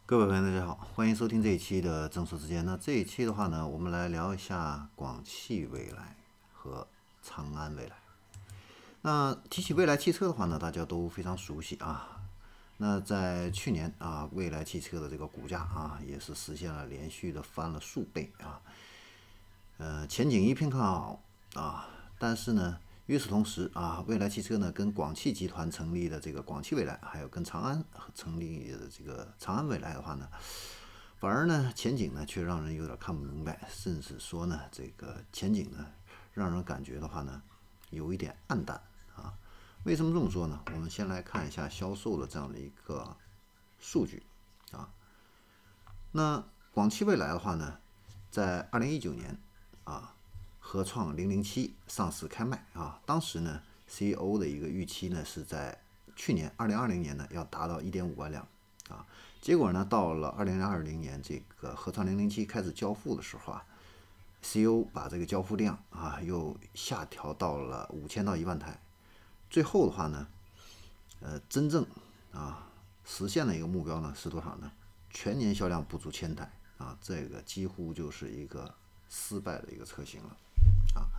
各位朋友，大家好，欢迎收听这一期的正说之间。那这一期的话呢，我们来聊一下广汽未来和长安未来。那提起未来汽车的话呢，大家都非常熟悉啊。那在去年啊，未来汽车的这个股价啊，也是实现了连续的翻了数倍啊。前景一片看好啊，但是呢，与此同时啊，未来汽车呢跟广汽集团成立的这个广汽未来，还有跟长安成立的这个长安未来的话呢，反而呢前景呢却让人有点看不明白，甚至说呢这个前景呢让人感觉的话呢有一点暗淡啊。为什么这么说呢？我们先来看一下销售的这样的一个数据啊。那广汽未来的话呢，在2019年啊，合创007上市开卖啊，当时呢 CEO 的一个预期呢是在去年2020年呢要达到1.5万辆啊，结果呢到了2020年这个合创007开始交付的时候啊，CEO 把这个交付量啊又下调到了5000到1万台，最后的话呢，真正啊实现的一个目标呢是多少呢？全年销量不足1000台啊，这个几乎就是一个失败的一个车型了啊。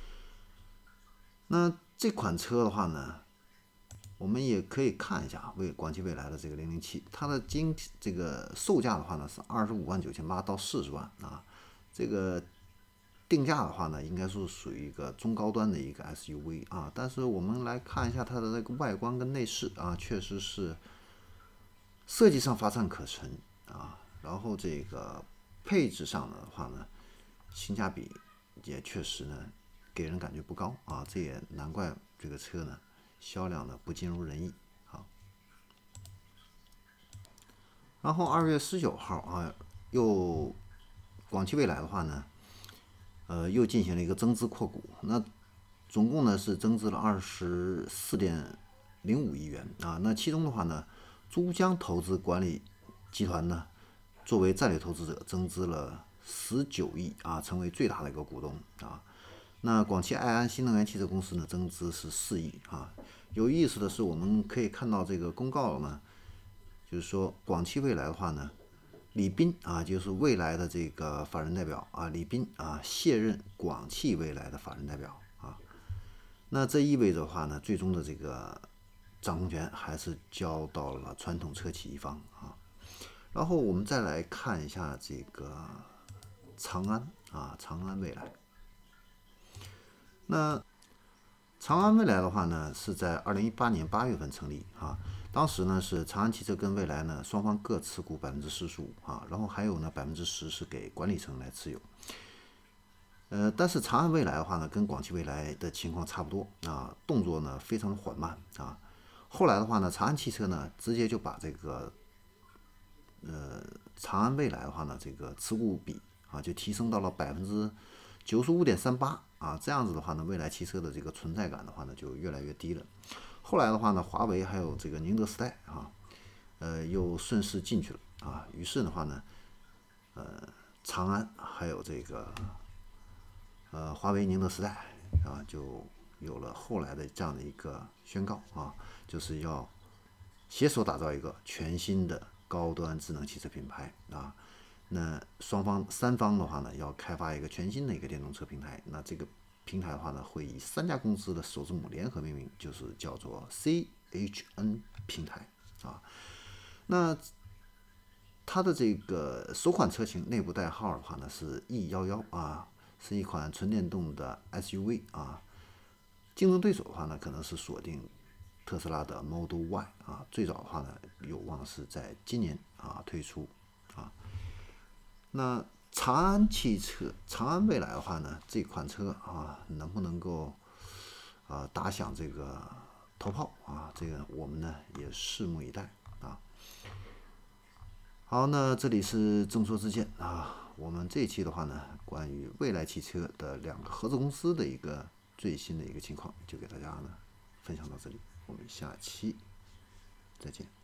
那这款车的话呢，我们也可以看一下广汽未来的这个007，它的这个售价的话呢是25.98万到40万啊，这个定价的话呢，应该是属于一个中高端的一个 SUV 啊。但是我们来看一下它的那个外观跟内饰啊，确实是设计上乏善可陈啊。然后这个配置上的话呢，性价比也确实呢给人感觉不高啊，这也难怪这个车呢销量呢不尽如人意啊。然后2月19号啊，广汽未来的话呢，又进行了一个增资扩股，那总共呢是增资了24.05亿元啊。那其中的话呢，珠江投资管理集团呢作为战略投资者增资了19亿啊，成为最大的一个股东啊。那广汽埃安新能源汽车公司呢增资是4亿啊。有意思的是，我们可以看到这个公告呢，就是说广汽未来的话呢，李斌啊，就是未来的这个法人代表啊，李斌啊卸任广汽未来的法人代表啊。那这意味着的话呢，最终的这个掌控权还是交到了传统车企一方啊。然后我们再来看一下这个长安啊，长安未来。那长安未来的话呢，是在2018年8月份成立啊。当时呢是长安汽车跟未来呢双方各持股45%啊，然后还有呢10%是给管理层来持有。但是长安未来的话呢，跟广汽未来的情况差不多啊，动作呢非常的缓慢啊。后来的话呢，长安汽车呢直接就把这个长安未来的话呢，这个持股比啊就提升到了95.38%啊，这样子的话呢，未来汽车的这个存在感的话呢就越来越低了。后来的话呢，华为还有这个宁德时代啊，又顺势进去了啊，于是的话呢，长安还有这个华为、宁德时代啊，就有了后来的这样的一个宣告啊，就是要携手打造一个全新的高端智能汽车品牌啊。那三方的话呢，要开发一个全新的一个电动车平台。那这个平台的话呢，会以3家公司的首字母联合命名，就是叫做 CHN 平台啊。那它的这个首款车型内部代号的话呢是 E11啊，是一款纯电动的 SUV 啊。竞争对手的话呢，可能是锁定特斯拉的 Model Y 啊。最早的话呢，有望是在今年啊推出啊。那长安未来的话呢，这款车啊能不能够打响这个头炮啊？这个我们呢也拭目以待啊。好，那这里是众说之见啊。我们这一期的话呢，关于未来汽车的2个合资公司的一个最新的一个情况，就给大家呢分享到这里。我们下期再见。